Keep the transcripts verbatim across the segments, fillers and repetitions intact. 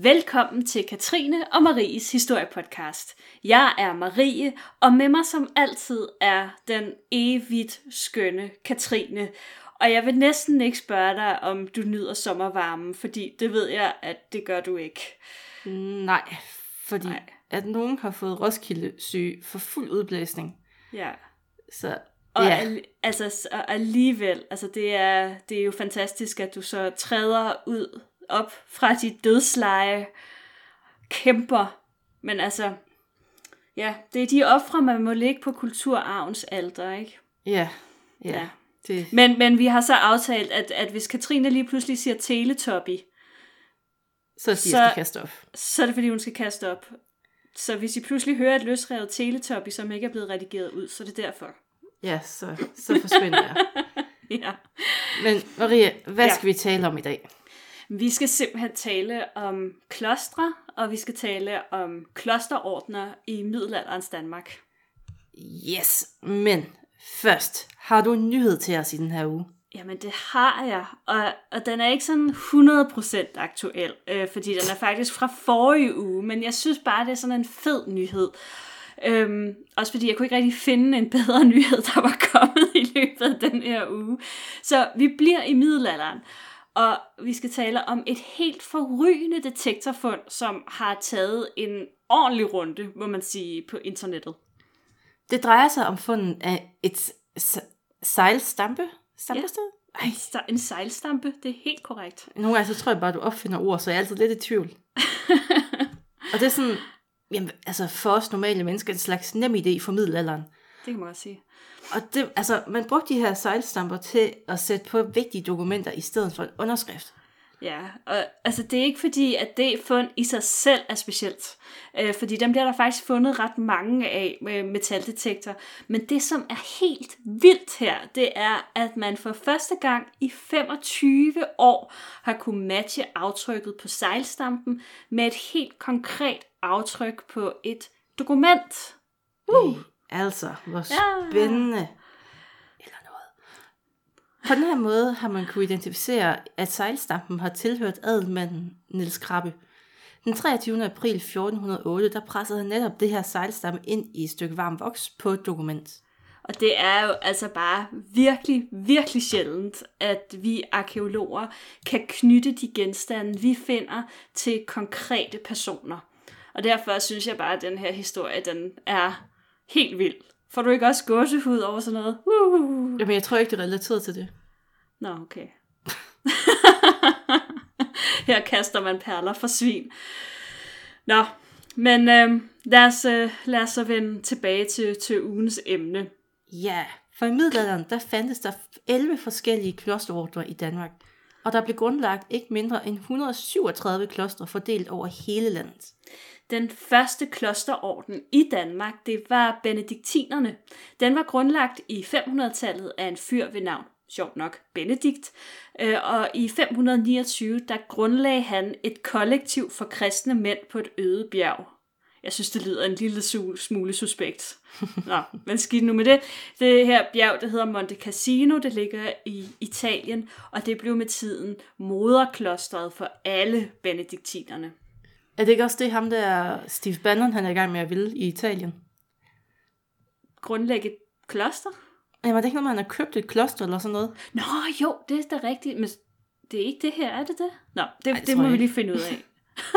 Velkommen til Katrine og Maries historiepodcast. Jeg er Marie, og med mig som altid er den evigt skønne Katrine. Og jeg vil næsten ikke spørge dig, om du nyder sommervarmen, fordi det ved jeg, at det gør du ikke. Nej, fordi Nej. at nogen har fået Roskilde-syge for fuld udblæsning. Ja. Så Og ja. al- altså og alligevel, altså det er, det er jo fantastisk, at du så træder ud op fra dit dødsleje, kæmper. Men altså, ja, det er de ofre, man må lægge på kulturarvens alter, ikke? Ja, ja. Ja. Det, Men, men vi har så aftalt, at, at hvis Katrine lige pludselig siger Teletubby, så siger jeg, skal kaste op. så er det fordi, hun skal kaste op. Så hvis I pludselig hører et løsrevet Teletubby, som ikke er blevet redigeret ud, så er det derfor. Ja, så, så forsvinder jeg. Ja. Men Maria, hvad Ja. skal vi tale om i dag? Vi skal simpelthen tale om klostre, og vi skal tale om klosterordner i middelalderens Danmark. Yes, men først, har du en nyhed til os i den her uge? Jamen det har jeg, og, og den er ikke sådan hundrede procent aktuel, øh, fordi den er faktisk fra forrige uge, men jeg synes bare, det er sådan en fed nyhed. Øhm, også fordi jeg kunne ikke rigtig finde en bedre nyhed, der var kommet i løbet af den her uge. Så vi bliver i middelalderen, og vi skal tale om et helt forrygende detektorfund, som har taget en ordentlig runde, må man sige, på internettet. Det drejer sig om fundet af et s- sejlstampe. Stampested? Ja, en, sta- en sejlstampe, det er helt korrekt. Nogle gange så tror jeg bare, du opfinder ord, så jeg er altid lidt i tvivl. Og det er sådan, jamen, altså for os normale mennesker, en slags nem idé for middelalderen. Det kan man også sige. Og det, altså, man brugte de her sejlstamper til at sætte på vigtige dokumenter i stedet for en underskrift. Ja, og altså det er ikke fordi, at det fund i sig selv er specielt. Øh, fordi dem bliver der faktisk fundet ret mange af med metaldetektor. Men det, som er helt vildt her, det er, at man for første gang i femogtyve år har kunne matche aftrykket på sejlstampen med et helt konkret aftryk på et dokument. Uh. Hey, altså, hvor spændende. Ja. Eller noget. På den her måde har man kunne identificere, at sejlstampen har tilhørt adelmanden Niels Krabbe. Den treogtyvende april fjorten hundrede og otte, der pressede han netop det her sejlstamme ind i et stykke varm voks på et dokument. Og det er jo altså bare virkelig, virkelig sjældent, at vi arkæologer kan knytte de genstande, vi finder, til konkrete personer. Og derfor synes jeg bare, at den her historie, den er helt vild. Får du ikke også gåsehud over sådan noget? Uh. Jamen, jeg tror ikke, det er relateret til det. Nå, okay. Her kaster man perler for svin. Nå, men øh, lad, os, øh, lad os så vende tilbage til, til ugens emne. Ja, for i middelalderen, der fandtes der elleve forskellige klosterordner i Danmark. Og der blev grundlagt ikke mindre end et hundrede og syvogtredive klostre fordelt over hele landet. Den første klosterorden i Danmark, det var benediktinerne. Den var grundlagt i fem hundrede-tallet af en fyr ved navn, sjovt nok, Benedikt. Og i fem hundrede niogtyve, der grundlagde han et kollektiv for kristne mænd på et øde bjerg. Jeg synes, det lyder en lille smule suspekt. Nå, men skidt nu med det. Det her bjerg, det hedder Monte Cassino, det ligger i Italien, og det blev med tiden moderklostret for alle benediktinerne. Er det ikke også det, ham der Steve Bannon, han er i gang med at ville i Italien? Grundlægge et kloster? Jamen, er det ikke noget, man har købt et kloster eller sådan noget? Nå, jo, det er da rigtigt, men det er ikke det her, er det det? Nå, det, Ej, det det må tror vi jeg lige finde ud af.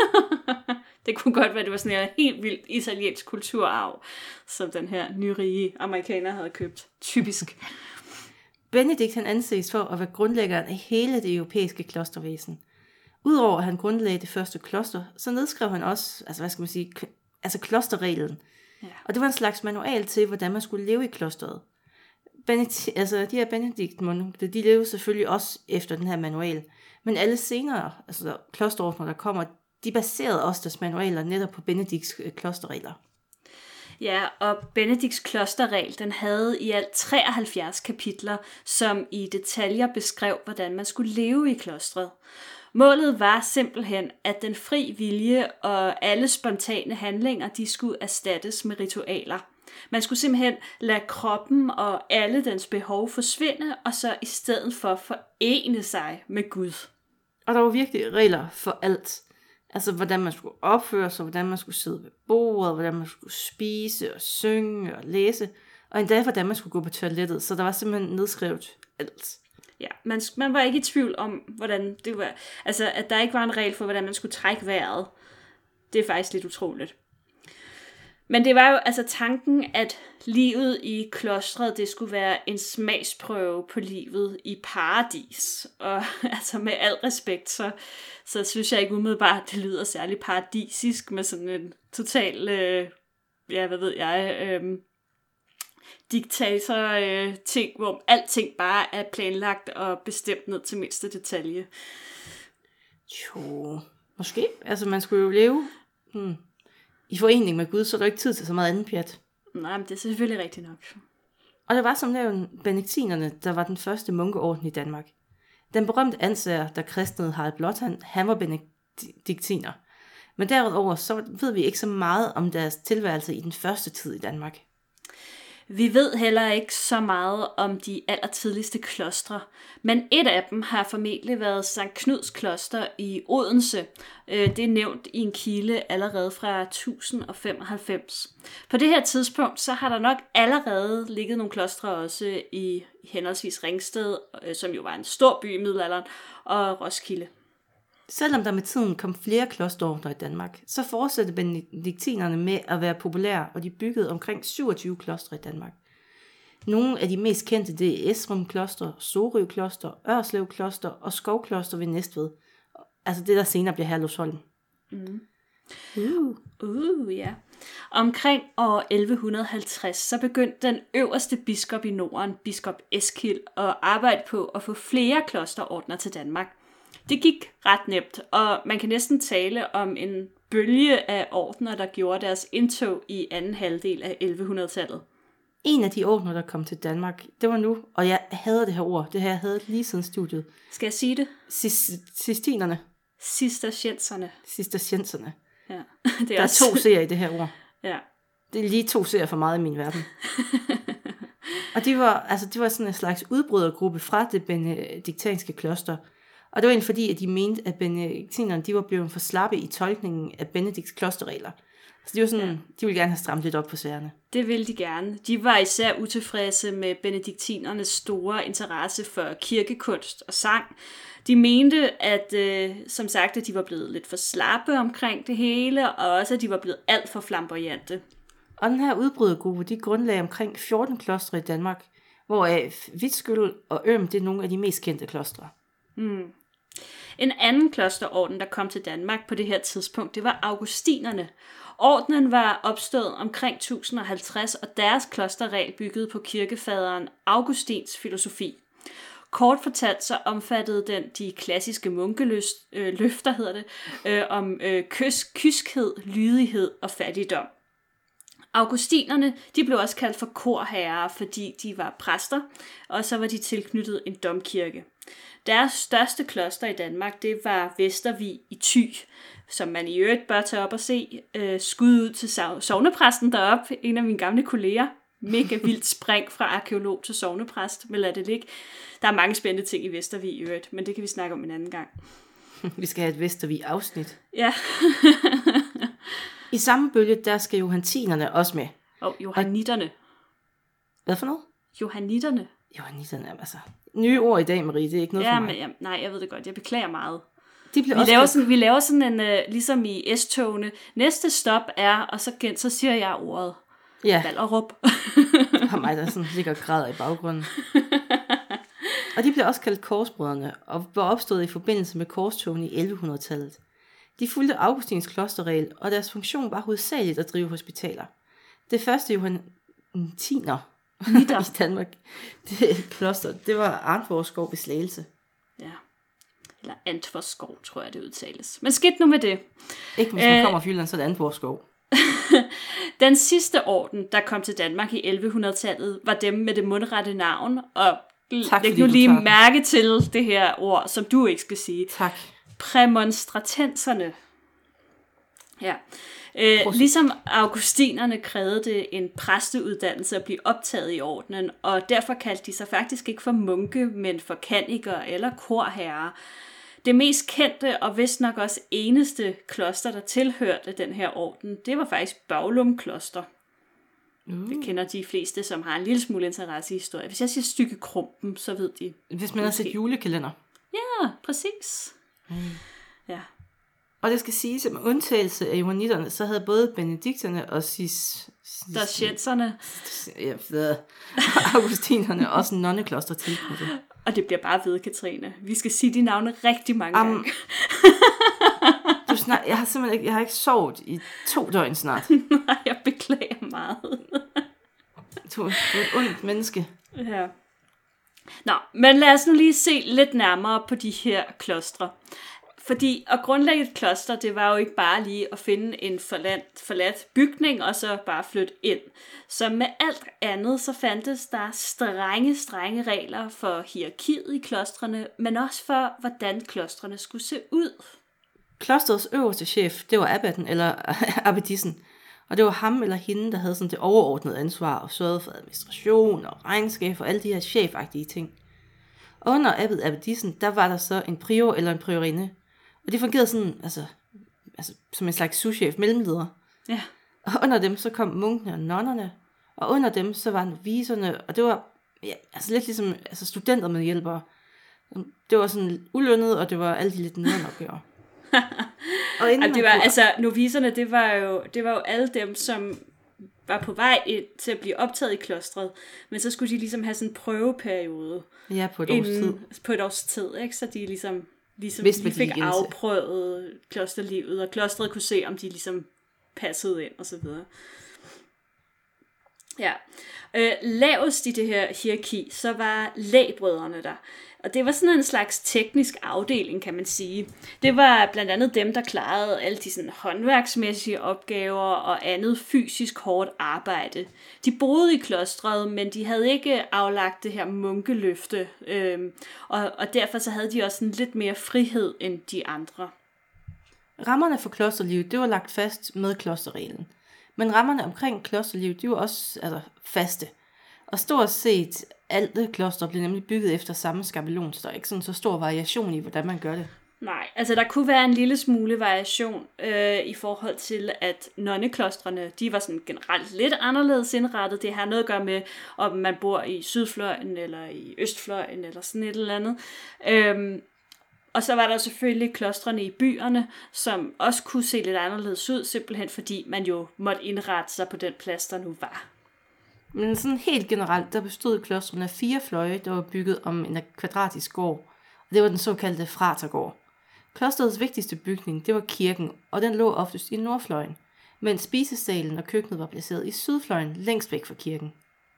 Det kunne godt være, det var sådan en helt vildt italiensk kulturarv, som den her nyrige amerikaner havde købt. Typisk. Benedikt han anses for at være grundlæggeren af hele det europæiske klostervæsen. Udover at han grundlagde det første kloster, så nedskrev han også, altså hvad skal man sige, k- altså klosterreglen. Ja. Og det var en slags manual til, hvordan man skulle leve i klosteret. Benedikt, altså de her benediktmunke, de levede selvfølgelig også efter den her manual. Men alle senere, altså klosterordner, der kommer, de baserede også deres manualer netop på Benedikts klosterregler. Ja, og Benedikts klosterregel, den havde i alt treoghalvfjerds kapitler, som i detaljer beskrev, hvordan man skulle leve i klostret. Målet var simpelthen, at den fri vilje og alle spontane handlinger, de skulle erstattes med ritualer. Man skulle simpelthen lade kroppen og alle dens behov forsvinde, og så i stedet for forene sig med Gud. Og der var virkelig regler for alt. Altså, hvordan man skulle opføre sig, hvordan man skulle sidde ved bordet, hvordan man skulle spise og synge og læse, og endda hvordan man skulle gå på toilettet. Så der var simpelthen nedskrevet alt. Ja, man, man var ikke i tvivl om, hvordan det var. Altså, at der ikke var en regel for, hvordan man skulle trække vejret. Det er faktisk lidt utroligt. Men det var jo altså tanken, at livet i klostret, det skulle være en smagsprøve på livet i paradis. Og altså med al respekt, så, så synes jeg ikke umiddelbart, at det lyder særlig paradisisk med sådan en total, øh, ja, hvad ved jeg, øh, diktator-ting, øh, hvor alting bare er planlagt og bestemt ned til mindste detalje. Jo, måske. Altså man skulle jo leve hmm, i forening med Gud, så er der ikke tid til så meget andet pjat. Nej, men det er selvfølgelig rigtigt nok. Og der var som nævnt benediktinerne, der var den første munkeorden i Danmark. Den berømte ansager, der kristnede Harald Blåtand, han var benediktiner. Men derudover så ved vi ikke så meget om deres tilværelse i den første tid i Danmark. Vi ved heller ikke så meget om de allertidligste klostre, men et af dem har formentlig været Sankt Knuds kloster i Odense. Det er nævnt i en kilde allerede fra tusind femoghalvfems. På det her tidspunkt så har der nok allerede ligget nogle klostre også i henholdsvis Ringsted, som jo var en stor by i middelalderen, og Roskilde. Selvom der med tiden kom flere klosterordner i Danmark, så fortsatte benediktinerne med at være populære, og de byggede omkring syvogtyve klostre i Danmark. Nogle af de mest kendte det er Esrum Kloster, Sorø Kloster, Ørslev Kloster og Skov Kloster ved Næstved. Altså det, der senere bliver Herlufsholm. Mm. Uh. Uh, ja. Omkring år elleve halvtreds, så begyndte den øverste biskop i Norden, biskop Eskild, at arbejde på at få flere klosterordner til Danmark. Det gik ret nemt, og man kan næsten tale om en bølge af ordner, der gjorde deres indtog i anden halvdel af elleve hundrede-tallet. En af de ordner, der kom til Danmark, det var nu, og jeg hader det her ord, det her jeg havde lige siden studiet. Skal jeg sige det? Sistinerne. Cistercienserne. Cistercienserne. Ja. Det er der også... er to serier i det her ord. Ja. Det er lige to serier for meget i min verden. Og de var, altså, de var sådan en slags udbrydergruppe fra det benediktinske kloster. Og det var egentlig fordi, at de mente, at benediktinerne de var blevet for slappe i tolkningen af Benedikts klosterregler. Så de var sådan, ja. De ville gerne have strammet lidt op på sagerne. Det ville de gerne. De var især utilfredse med benediktinernes store interesse for kirkekunst og sang. De mente, at øh, som sagt, at de var blevet lidt for slappe omkring det hele, og også, at de var blevet alt for flamboyante. Og den her udbrydergruppe, de grundlagde omkring fjorten klostre i Danmark, hvoraf Vitskyld og Øm, det er nogle af de mest kendte klostre. Hmm. En anden klosterorden, der kom til Danmark på det her tidspunkt, det var augustinerne. Ordenen var opstået omkring tusind halvtreds, og deres klosterregel byggede på kirkefaderen Augustins filosofi. Kort fortalt så omfattede den de klassiske munkeløfter, hedder det, øh, om øh, kys, kyskhed, lydighed og fattigdom. Augustinerne, de blev også kaldt for korherrer, fordi de var præster, og så var de tilknyttet en domkirke. Deres største kloster i Danmark, det var Vestervig i Thy, som man i øvrigt bør tage op og se. Øh, skud ud til sognepræsten deroppe, en af mine gamle kolleger. Mega vildt spring fra arkeolog til sognepræst, men lad det ligge. Der er mange spændende ting i Vestervig i øvrigt, men det kan vi snakke om en anden gang. Vi skal have et Vestervig-afsnit. Ja. I samme bølge, der skal johantinerne også med. Og johannitterne. Hvad for noget? Johannitterne. Johannitterne, altså. Nye ord i dag, Marie, det er ikke noget ja, for mig. Men, ja, nej, jeg ved det godt. Jeg beklager meget. De vi, laver sådan, vi laver sådan en, uh, ligesom i S-togene, næste stop er, og så, så siger jeg ordet. Ja. Ballerup. For mig, der sådan ligger græder i baggrunden. Og de blev også kaldt korsbrødrene, og var opstået i forbindelse med korstogene i elleve hundrede-tallet. De fulgte Augustins klosterregel, og deres funktion var hovedsageligt at drive hospitaler. Det første johanniter i Danmark, det kloster, det var Arnborgskov ved Slagelse. Ja, eller Antvorskov, tror jeg det udtales. Men skidt nu med det. Ikke hvis man kommer fra Jylland, så er det Antvorskov. Den sidste orden, der kom til Danmark i elleve hundrede-tallet, var dem med det mundrette navn, og tak, læg nu lige mærke til det her ord, som du ikke skal sige. Tak. Præmonstratenserne. Ja. Øh, ligesom augustinerne krævede det en præsteuddannelse at blive optaget i ordenen, og derfor kaldte de sig faktisk ikke for munke, men for kannikere eller korherrer. Det mest kendte og vist nok også eneste kloster, der tilhørte den her orden, det var faktisk Børglum Kloster. Uh. Det kender de fleste, som har en lille smule interesse i historie. Hvis jeg siger stykke Krumpen, så ved de. Hvis man har set julekalender. Ja, præcis. Mm. Ja. Og det skal siges, at med undtagelse af johanniterne, så havde både benedikterne og cis... Cistercienserne. Ja, augustinerne også en nonnekloster tilknyttet. Og det bliver bare ved, Katrine. Vi skal sige de navne rigtig mange um, gange. du snak, jeg har simpelthen ikke, jeg har ikke sovet i to døgn snart. Nej, jeg beklager meget. Du, du er et ondt menneske. Ja. Nå, men lad os nu lige se lidt nærmere på de her klostre. Fordi at grundlægge et kloster, det var jo ikke bare lige at finde en forladt, forladt bygning, og så bare flytte ind. Så med alt andet, så fandtes der strenge, strenge regler for hierarkiet i klostrene, men også for, hvordan klostrene skulle se ud. Klosterets øverste chef, det var abbaten eller abbedissen. Og det var ham eller hende, der havde sådan det overordnede ansvar og sørgede for administration og regnskab og alle de her chefagtige ting. Og under abbed abbedissen, der var der så en prior eller en priorinde. Og de fungerede sådan, altså, altså som en slags souschef, mellemleder. Ja. Og under dem så kom munkene og nonnerne. Og under dem så var noviserne. Og det var ja, altså lidt ligesom altså studenter med hjælpere. Det var sådan ulønnet, og det var alle de lidt nederen opgaver. Og inden det var, kunne... altså noviserne, det var jo det var jo alle dem, som var på vej ind til at blive optaget i klostret, men så skulle de ligesom have sådan en prøveperiode. Ja, på et års tid. På et års tid, ikke? Så de ligesom, ligesom Vidste, de fik afprøvet klosterlivet, og klostret kunne se, om de ligesom passede ind, og så videre. Ja. Øh, lavest i det her hierarki, så var lægbrødrene der. Og det var sådan en slags teknisk afdeling, kan man sige. Det var blandt andet dem, der klarede alle de sådan håndværksmæssige opgaver og andet fysisk hårdt arbejde. De boede i klostret, men de havde ikke aflagt det her munkeløfte. Øhm, og, og derfor så havde de også sådan lidt mere frihed end de andre. Rammerne for klosterlivet, det var lagt fast med klosterreglen. Men rammerne omkring klosterlivet, de var også altså, faste. Og stort set alle klostre blev nemlig bygget efter samme skabelon, så der er ikke sådan så stor variation i, hvordan man gør det. Nej, altså der kunne være en lille smule variation øh, i forhold til, at nonneklostrene, de var sådan generelt lidt anderledes indrettet. Det har noget at gøre med, om man bor i sydfløjen eller i østfløjen eller sådan et eller andet. Øhm, og så var der selvfølgelig klostrene i byerne, som også kunne se lidt anderledes ud, simpelthen fordi man jo måtte indrette sig på den plads, der nu var. Men sådan helt generelt, der bestod klostrene af fire fløje, der var bygget om en kvadratisk gård. Og det var den såkaldte fratergård. Klosterets vigtigste bygning, det var kirken, og den lå oftest i nordfløjen, mens spisesalen og køkkenet var placeret i sydfløjen, længst væk fra kirken.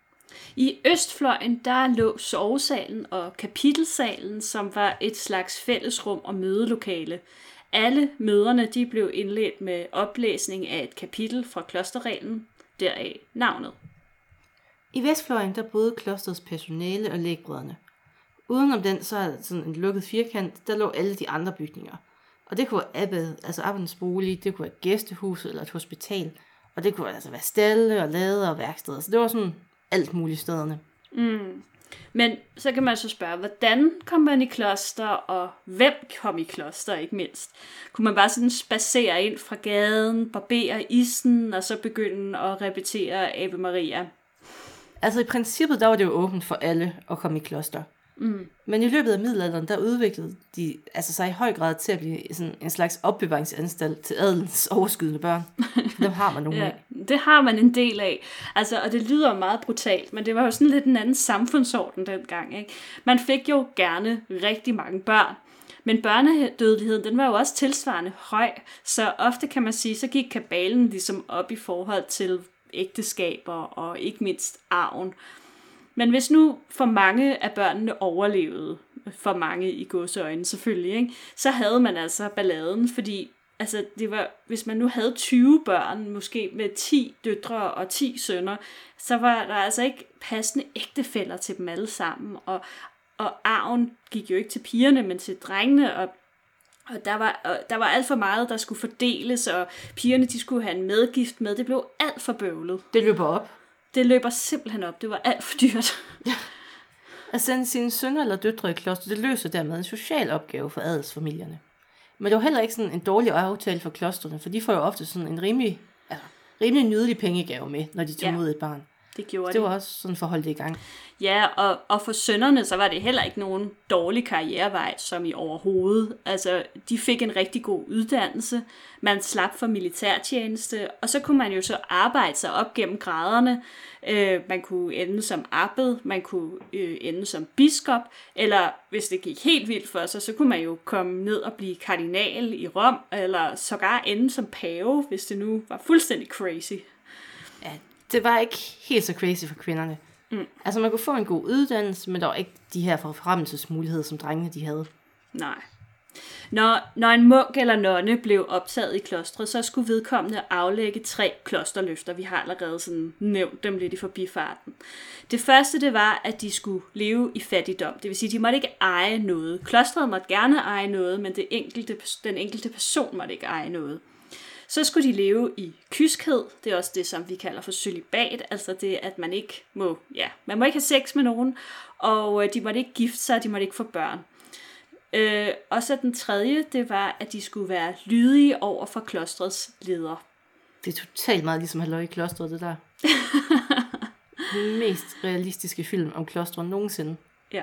I østfløjen, der lå sovesalen og kapitelsalen, som var et slags fællesrum og mødelokale. Alle møderne, de blev indledt med oplæsning af et kapitel fra klosterreglen, deraf navnet. I vestfløjen, der boede klosterets personale og lægbrødrene. Udenom den, så er der sådan en lukket firkant, der lå alle de andre bygninger. Og det kunne være abbed, altså abbedens bolig, det kunne være gæstehus eller et hospital. Og det kunne altså være stalle og lader og værksteder. Så det var sådan alt muligt stederne. Mm. Men så kan man så spørge, hvordan kom man i kloster, og hvem kom i kloster, ikke mindst? Kunne man bare sådan spacere ind fra gaden, barbere isen, og så begynde at repetere Ave Maria? Altså i princippet, der var det jo åbent for alle at komme i kloster. Mm. Men i løbet af middelalderen, der udviklede de altså sig i høj grad til at blive sådan en slags opbevaringsanstalt til adelens overskydende børn. Dem har man nogle ja, af. Det har man en del af. Altså, og det lyder meget brutalt, men det var jo sådan lidt en anden samfundsorden dengang, ikke? Man fik jo gerne rigtig mange børn. Men børnedødeligheden, den var jo også tilsvarende høj. Så ofte kan man sige, så gik kabalen ligesom op i forhold til ægteskaber og ikke mindst arven. Men hvis nu for mange af børnene overlevede, for mange i gåseøjne selvfølgelig, ikke, så havde man altså balladen, fordi altså, det var, hvis man nu havde tyve børn, måske med ti døtre og ti sønner, så var der altså ikke passende ægtefæller til dem alle sammen, og, og arven gik jo ikke til pigerne, men til drengene, og Og der var, og der var alt for meget, der skulle fordeles, og pigerne de skulle have en medgift med. Det blev alt for bøvlet. Det løber op. Det løber simpelthen op. Det var alt for dyrt. Ja. At sende sine sønner eller døtre i kloster, det løser dermed en social opgave for adelsfamilierne. Men det var heller ikke sådan en dårlig aftale for klostrene, for de får jo ofte sådan en rimelig, altså, rimelig nydelig pengegave med, når de tog Ja. mod et barn. Det gjorde Det var også sådan for at holde det i gang. Ja, og, og for sønnerne, så var det heller ikke nogen dårlig karrierevej, som i overhovedet. Altså, de fik en rigtig god uddannelse, man slap for militærtjeneste, og så kunne man jo så arbejde sig op gennem graderne. Øh, man kunne ende som abbed, man kunne øh, ende som biskop, eller hvis det gik helt vildt for sig, så kunne man jo komme ned og blive kardinal i Rom, eller sågar ende som pave, hvis det nu var fuldstændig crazy. Ja, det var ikke helt så crazy for kvinderne. Mm. Altså man kunne få en god uddannelse, men der var ikke de her forfremmelsesmuligheder, som drengene de havde. Nej. Når, når en munk eller nonne blev optaget i klostret, så skulle vedkommende aflægge tre klosterløfter. Vi har allerede sådan nævnt dem lidt i forbifarten. Det første, det var, at de skulle leve i fattigdom. Det vil sige, at de måtte ikke eje noget. Klostret måtte gerne eje noget, men det enkelte, den enkelte person måtte ikke eje noget. Så skulle de leve i kyskhed. Det er også det, som vi kalder for cølibat. Altså det, at man ikke må, ja, man må ikke have sex med nogen, og de måtte ikke gifte sig, og de måtte ikke få børn. Øh, og så den tredje, det var, at de skulle være lydige over for klostrets leder. Det er totalt meget ligesom Halløj i klostret, det der. Den mest realistiske film om klostret nogensinde. Ja.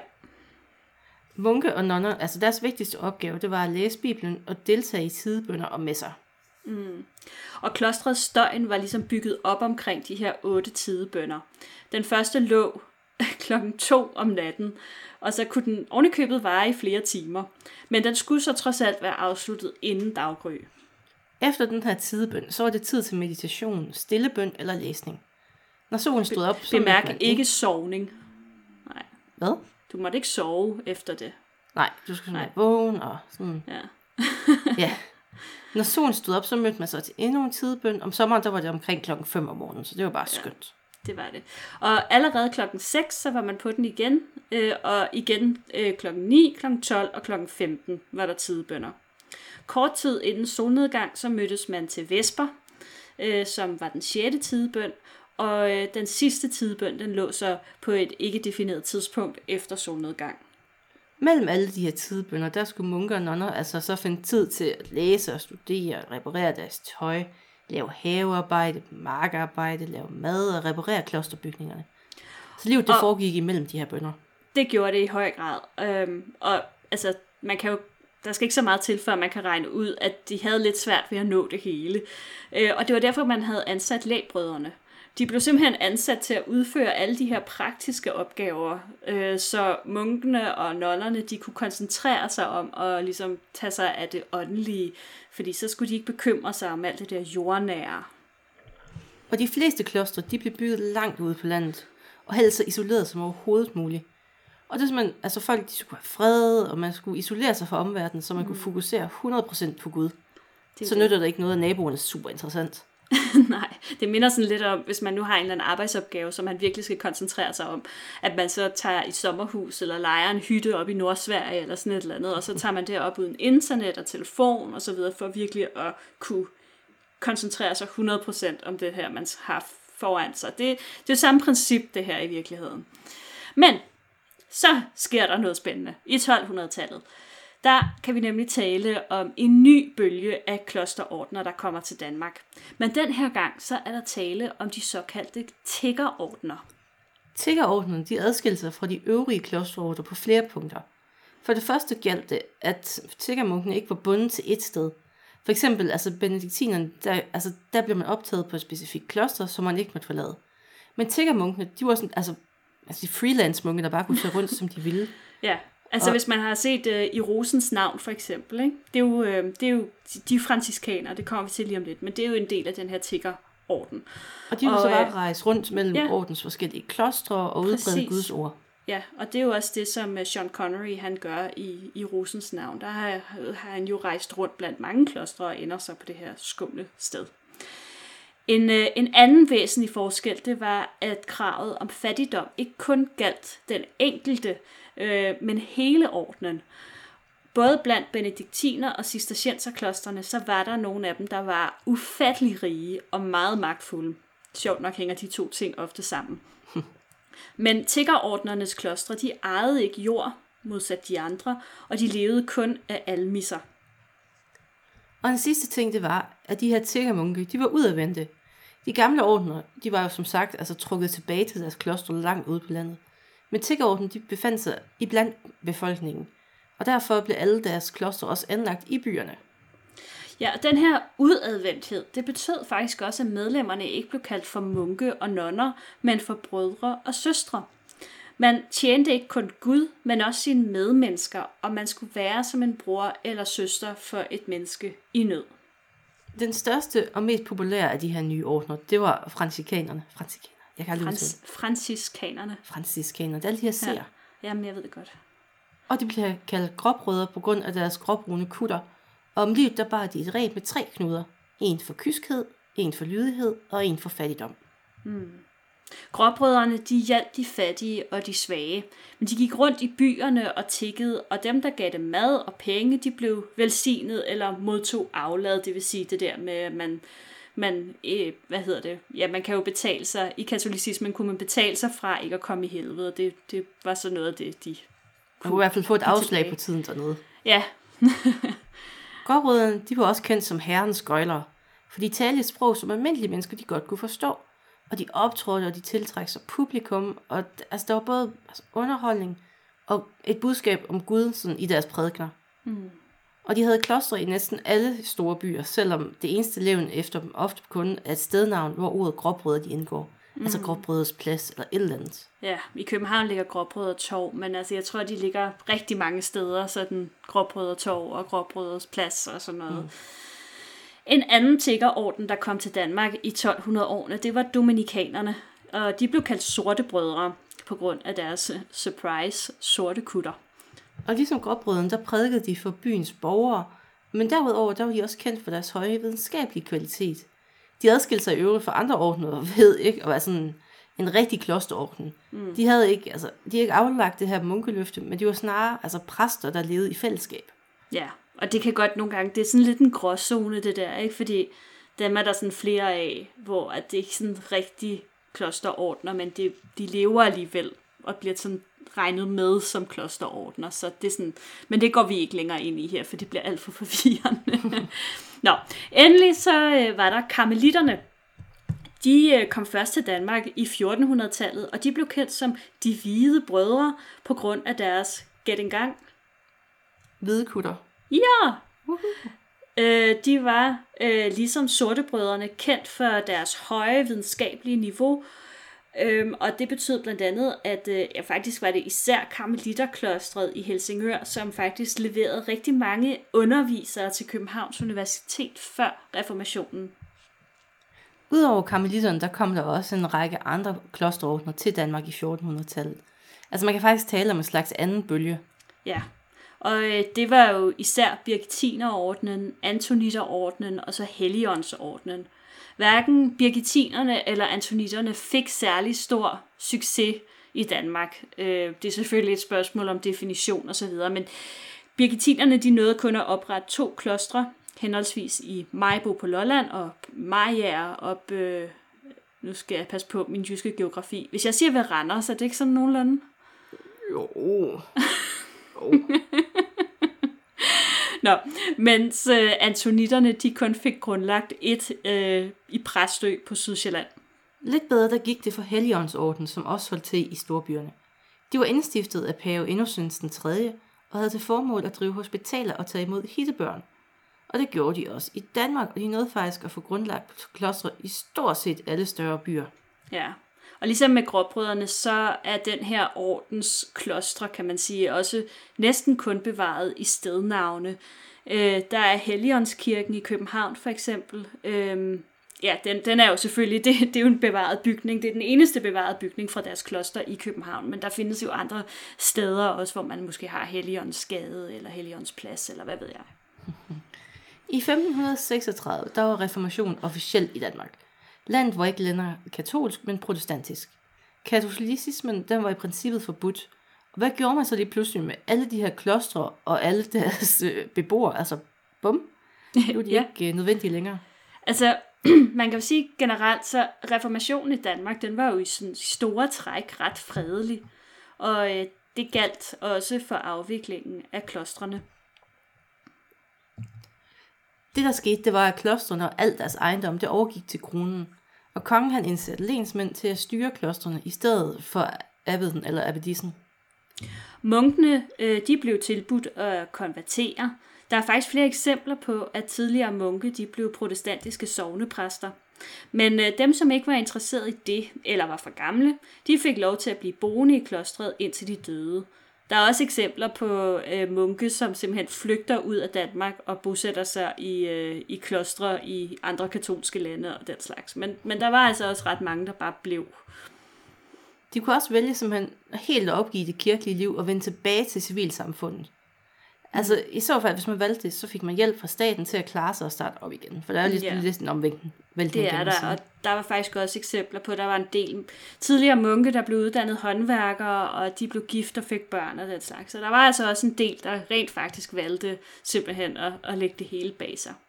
Munke og nonner, altså deres vigtigste opgave, det var at læse Bibelen og deltage i tidebønner og messer. Mm. Og klostrets støjen var ligesom bygget op omkring de her otte tidebønner. Den første lå klokken to om natten, og så kunne den ovenikøbet vare i flere timer. Men den skulle så trods alt være afsluttet inden daggry. Efter den her tidebøn, så var det tid til meditation, stillebøn eller læsning. Når solen stod op, så Bemærk ikke ind... sovning. Nej. Hvad? Du måtte ikke sove efter det. Nej, du skulle sådan være vågen og sådan. Ja. Ja. Når solen stod op, så mødte man så til endnu en tidebøn. Om sommeren, der var det omkring klokken fem om morgenen, så det var bare skønt. Ja, det var det. Og allerede klokken seks, så var man på den igen. Øh, og igen øh, klokken ni, klokken tolv og klokken femten var der tidebønner. Kort tid inden solnedgang, så mødtes man til vesper, øh, som var den sjette tidebøn. Og øh, den sidste tidebøn, den lå så på et ikke defineret tidspunkt efter solnedgang. Mellem alle de her tidebønner, der skulle munker og nonner altså så finde tid til at læse og studere, reparere deres tøj, lave havearbejde, markarbejde, lave mad og reparere klosterbygningerne. Så livet det og foregik imellem de her bønner. Det gjorde det i høj grad. Øhm, og altså, man kan jo, der skal ikke så meget til, før man kan regne ud, at de havde lidt svært ved at nå det hele. Øh, og det var derfor, man havde ansat lægbrødrene. De blev simpelthen ansat til at udføre alle de her praktiske opgaver, øh, så munkene og nonnerne, de kunne koncentrere sig om at ligesom tage sig af det åndelige, fordi så skulle de ikke bekymre sig om alt det der jordnære. Og de fleste klostre, de blev bygget langt ude på landet, og helst så isoleret som overhovedet muligt. Og det er simpelthen, altså folk, de skulle have fred, og man skulle isolere sig fra omverdenen, så man mm. kunne fokusere hundrede procent på Gud. Så det. Nytter det ikke noget, at naboerne er super interessant. Nej, det minder sådan lidt om, hvis man nu har en eller anden arbejdsopgave, som man virkelig skal koncentrere sig om, at man så tager i sommerhus eller lejer en hytte op i Nordsverige eller sådan et eller andet, og så tager man derop uden internet og telefon og så videre, for virkelig at kunne koncentrere sig hundrede procent om det her, man har foran sig. Det, det er det samme princip, det her i virkeligheden. Men så sker der noget spændende i tolvhundredetallet. Der kan vi nemlig tale om en ny bølge af klosterordner, der kommer til Danmark. Men den her gang, så er der tale om de såkaldte tiggerordner. Tiggerordnerne, de adskilte sig fra de øvrige klosterordner på flere punkter. For det første gjaldt det, at tiggermunkene ikke var bundet til et sted. For eksempel, altså benediktinerne, der, altså, der blev man optaget på et specifikt kloster, som man ikke måtte forlade. Men tiggermunkene, de var sådan, altså, altså de freelance-munke, der bare kunne tage rundt, som de ville. Ja. Altså og, hvis man har set uh, i Rosens navn for eksempel, ikke? Det er jo, uh, det er jo de franciskanere, det kommer vi til lige om lidt, men det er jo en del af den her tiggerorden. Og de vil så bare rejse rundt mellem ja, ordens forskellige klostre og udbrede Guds ord. Ja, og det er jo også det, som Sean Connery han gør i, i Rosens navn. Der har, har han jo rejst rundt blandt mange klostre og ender så på det her skumle sted. En, øh, en anden væsentlig forskel, det var, at kravet om fattigdom ikke kun galt den enkelte, øh, men hele ordenen. Både blandt benediktiner og cistercienserklostrene, så var der nogle af dem, der var ufattelig rige og meget magtfulde. Sjovt nok hænger de to ting ofte sammen. Men tiggerordnernes klostre, de ejede ikke jord, modsat de andre, og de levede kun af almisser. Og en sidste ting, det var, at de her tiggermunke, de var udadvendte. De gamle ordner, de var jo som sagt altså trukket tilbage til deres klostre langt ude på landet. Men tiggerordenen, de befandt sig iblandt befolkningen, og derfor blev alle deres klostre også anlagt i byerne. Ja, og den her udadvendthed, det betød faktisk også, at medlemmerne ikke blev kaldt for munke og nonner, men for brødre og søstre. Man tjente ikke kun Gud, men også sine medmennesker, og man skulle være som en bror eller søster for et menneske i nød. Den største og mest populære af de her nye ordner, det var francikanerne. Francikanere. Jeg kan aldrig Frans- Franciskanerne. Franciskanerne. Det er alle de her seere. Ja. Jamen, jeg ved det godt. Og de blev kaldt gråbrødre på grund af deres gråbrune kutter. Og om livet, der bar de et reb med tre knuder. En for kyskhed, en for lydighed og en for fattigdom. Hmm. Gråbrødrene, de hjalp de fattige og de svage, men de gik rundt i byerne og tiggede, og dem, der gav dem mad og penge, de blev velsignet eller modtog aflad, det vil sige det der med, at man, man øh, hvad hedder det, ja, man kan jo betale sig, i katolicismen kunne man betale sig fra ikke at komme i helvede, det, det var så noget af det, de kunne, kunne i hvert fald få et afslag tilbage. På tiden dernede. Ja. Gråbrødrene, de var også kendt som herrens gøjlere, for de talte et sprog, som almindelige mennesker de godt kunne forstå. Og de optrådte, og de tiltrækker sig publikum, og altså, der var både altså, underholdning og et budskab om Gud sådan, i deres prædikener. Mm. Og de havde klostre i næsten alle store byer, selvom det eneste levn efter dem ofte kun er et stednavn, hvor ordet gråbrødre de indgår. Mm. Altså Gråbrødres plads eller et eller andet. Ja, i København ligger Gråbrødre Torv, men altså, jeg tror, de ligger rigtig mange steder, sådan Gråbrødre Torv og Gråbrødres plads og sådan noget. Mm. En anden tiggerorden, der kom til Danmark i tolv hundrede-årene, det var dominikanerne, og de blev kaldt sorte brødre på grund af deres surprise sorte kutter. Og ligesom gråbrødrene, der prædikede de for byens borgere, men derudover der var de også kendt for deres høje videnskabelige kvalitet. De adskilte sig i øvrigt fra andre ordener ved ikke at være sådan en rigtig klosterorden. Mm. De havde ikke, altså, de havde ikke aflagt det her munkeløfte, men de var snarere altså præster, der levede i fællesskab. Ja, og det kan godt nogle gange, det er sådan lidt en gråzone det der, ikke? Fordi dem er der sådan flere af, hvor at det ikke er sådan rigtig klosterordner, men det, de lever alligevel og bliver sådan regnet med som klosterordner, så det er sådan, men det går vi ikke længere ind i her, for det bliver alt for forvirrende. Nå, endelig så øh, var der karmelitterne. De øh, kom først til Danmark i fjortenhundredetallet, og de blev kendt som de hvide brødre på grund af deres, gæt engang, hvide kutter. Ja! Uh-huh. Øh, de var øh, ligesom sortebrødrene kendt for deres høje videnskabelige niveau, øhm, og det betød blandt andet, at øh, ja, faktisk var det især karmelitterklostret i Helsingør, som faktisk leverede rigtig mange undervisere til Københavns Universitet før reformationen. Udover karmelitterne, der kom der også en række andre klosterordner til Danmark i fjortenhundredetallet. Altså man kan faktisk tale om en slags anden bølge. Ja. Og øh, det var jo især Birgittinerordenen, Antonitterordenen og så Helligåndsordenen. Hverken birgittinerne eller antonitterne fik særlig stor succes i Danmark. Øh, det er selvfølgelig et spørgsmål om definition og så videre, men birgittinerne de nåede kun at oprette to klostre, henholdsvis i Maribo på Lolland og Mariager op, øh, nu skal jeg passe på min jyske geografi. Hvis jeg siger ved Randers, så er det ikke sådan nogenlunde? Jo. Oh. Nå, mens øh, antonitterne de kun fik grundlagt et øh, i Præstø på Sydsjælland. Lidt bedre der gik det for Helligåndsordenen, som også holdt til i storbyerne. De var indstiftet af pave Innocens den tredje og havde til formål at drive hospitaler og tage imod hittebørn. Og det gjorde de også i Danmark, og de nåede faktisk at få grundlagt klostre i stort set alle større byer. Ja, og ligesom med gråbrødrene, så er den her ordens klostre, kan man sige, også næsten kun bevaret i stednavne. Øh, der er Helligåndskirken i København for eksempel. Øh, ja, den, den er jo selvfølgelig, det, det er jo en bevaret bygning. Det er den eneste bevarede bygning fra deres kloster i København, men der findes jo andre steder også, hvor man måske har Helligåndsgade eller Helligåndsplads, eller hvad ved jeg. I femten seksogtredive, der var reformation officielt i Danmark. Landet var ikke længere katolsk, men protestantisk. Katolicismen, den var i princippet forbudt. Og hvad gjorde man så lige pludselig med alle de her klostre og alle deres øh, beboere? Altså, bum, nu er de ja. ikke øh, nødvendige længere. Altså, man kan jo sige generelt, så reformationen i Danmark, den var jo i sådan store træk ret fredelig. Og øh, det galt også for afviklingen af klostrene. Det, der skete, det var, at klostrene og alt deres ejendom, det overgik til kronen. Og kongen han indsatte lensmænd til at styre klostrene i stedet for abbeden eller abbedissen. Munkene, øh, de blev tilbudt at konvertere. Der er faktisk flere eksempler på, at tidligere munke, de blev protestantiske sognepræster. Men øh, dem, som ikke var interesseret i det, eller var for gamle, de fik lov til at blive boende i klostret, indtil de døde. Der er også eksempler på øh, munke, som simpelthen flygter ud af Danmark og bosætter sig i, øh, i klostre i andre katolske lande og den slags. Men, men der var altså også ret mange, der bare blev. De kunne også vælge simpelthen helt at opgive det kirkelige liv og vende tilbage til civilsamfundet. Altså i så fald, hvis man valgte det, så fik man hjælp fra staten til at klare sig og starte op igen. For der er lidt, Ja. lidt en omvæltning. Det er der, og der var faktisk også eksempler på, at der var en del tidligere munke, der blev uddannet håndværkere, og de blev gift og fik børn og den slags. Så der var altså også en del, der rent faktisk valgte simpelthen at, at lægge det hele bag sig.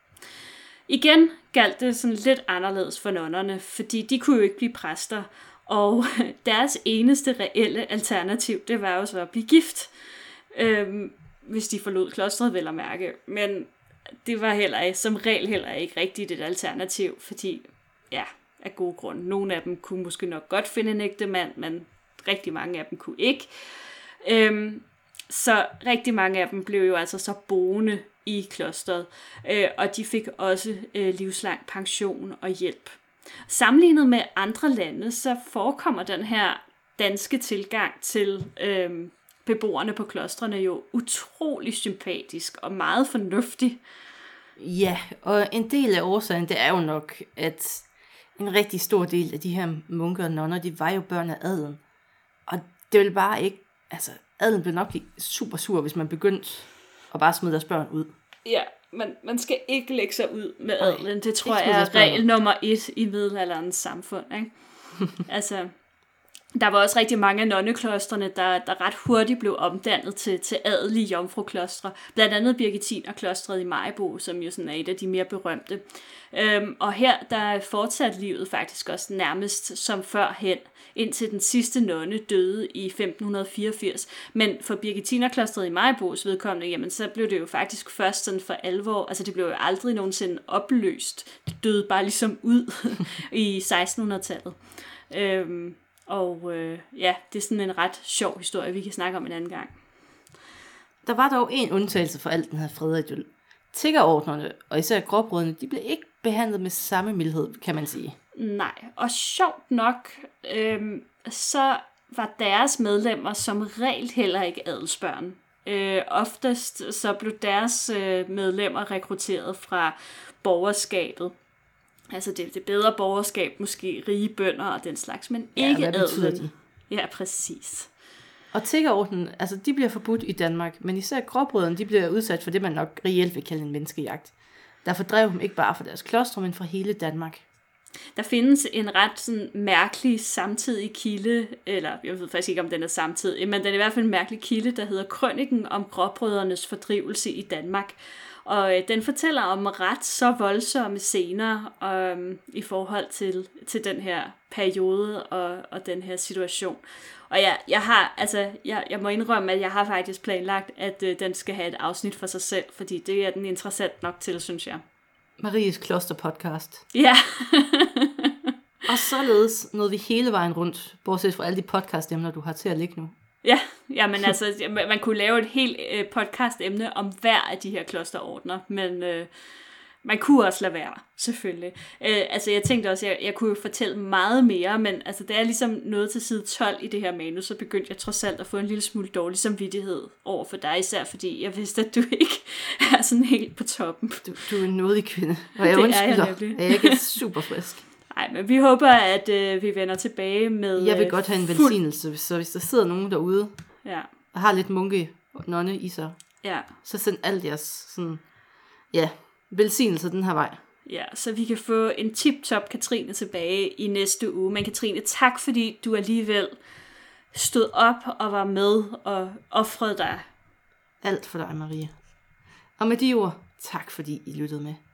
Igen galt det sådan lidt anderledes for nonnerne, fordi de kunne jo ikke blive præster, og deres eneste reelle alternativ, det var jo så at blive gift, øhm, hvis de forlod klostret, vel at mærke. Men det var heller som regel heller ikke rigtigt et alternativ, fordi, ja, af gode grunde. Nogle af dem kunne måske nok godt finde en ægte mand, men rigtig mange af dem kunne ikke. Øhm, så rigtig mange af dem blev jo altså så boende i klostret, øh, og de fik også øh, livslang pension og hjælp. Sammenlignet med andre lande, så forekommer den her danske tilgang til øh, beboerne på klostrene jo utrolig sympatisk og meget fornuftig. Ja, og en del af årsagen, det er jo nok, at en rigtig stor del af de her munker og nonner, de var jo børn af adelen. Og det ville bare ikke, altså adelen blev nok super sur, hvis man begyndte at bare smide deres børn ud. Ja, man, man skal ikke lægge sig ud med adelen. Det tror ikke jeg smide er regel nummer et i middelalderens samfund. Ikke? Altså, der var også rigtig mange af nonneklostrene, der, der ret hurtigt blev omdannet til, til adelige jomfruklostre. Blandt andet Birgitinerklostret i Maribo, som jo sådan er et af de mere berømte. Øhm, og her der fortsatte livet faktisk også nærmest som førhen, indtil den sidste nonne døde i femten fireogfirs. Men for Birgitinerklostret i Maribos vedkommende, jamen så blev det jo faktisk først sådan for alvor, altså det blev jo aldrig nogensinde opløst. Det døde bare ligesom ud i sekstenhundredetallet. Øhm, og øh, ja, det er sådan en ret sjov historie, vi kan snakke om en anden gang. Der var dog en undtagelse for alt den her fred og idyl. Tiggerordnerne, og især gråbrødrene, de blev ikke behandlet med samme mildhed, kan man sige. Nej, og sjovt nok, øhm, så var deres medlemmer som regel heller ikke adelsbørn. Øh, oftest så blev deres øh, medlemmer rekrutteret fra borgerskabet. Altså det, det bedre borgerskab, måske rige bønder og den slags, men ja, ikke hvad betyder adelen. de? Ja, præcis. Og tiggerordenen, altså de bliver forbudt i Danmark, men især gråbrødrene, de bliver udsat for det, man nok reelt vil kalde en menneskejagt. Der fordrev dem ikke bare fra deres klostre, men fra hele Danmark. Der findes en ret sådan mærkelig samtidig kilde, eller jeg ved faktisk ikke, om den er samtidig, men den er i hvert fald en mærkelig kilde, der hedder Krøniken om gråbrødrenes fordrivelse i Danmark. Og øh, den fortæller om ret så voldsomme scener øh, i forhold til, til den her periode og, og den her situation. Og jeg, jeg har, altså, jeg, jeg må indrømme, at jeg har faktisk planlagt, at øh, den skal have et afsnit for sig selv, fordi det er den interessant nok til, synes jeg. Maries Kloster-podcast. Ja. Og således nåede vi hele vejen rundt, bortset fra alle de podcast-emner, du har til at ligge nu. Ja, jamen altså, man kunne lave et helt øh, podcast-emne om hver af de her klosterordner, men øh, man kunne også lade være, selvfølgelig. Øh, altså, jeg tænkte også, at jeg, jeg kunne fortælle meget mere, men altså, da jeg ligesom nåede til side tolv i det her manus, så begyndte jeg trods alt at få en lille smule dårlig samvittighed over for dig, især fordi jeg vidste, at du ikke er sådan helt på toppen. Du, du er en nådig kvinde, og jeg det undskylder, er jeg nemlig. jeg er ikke super frisk. Nej, men vi håber, at øh, vi vender tilbage med... Jeg vil godt have en velsignelse, så hvis der sidder nogen derude, ja. og har lidt munke nonne i sig, ja. så send alt jeres sådan, ja, velsignelse den her vej. Ja, så vi kan få en tip-top Katrine tilbage i næste uge. Men Katrine, tak fordi du alligevel stod op og var med og ofrede dig. Alt for dig, Maria. Og med de ord, tak fordi I lyttede med.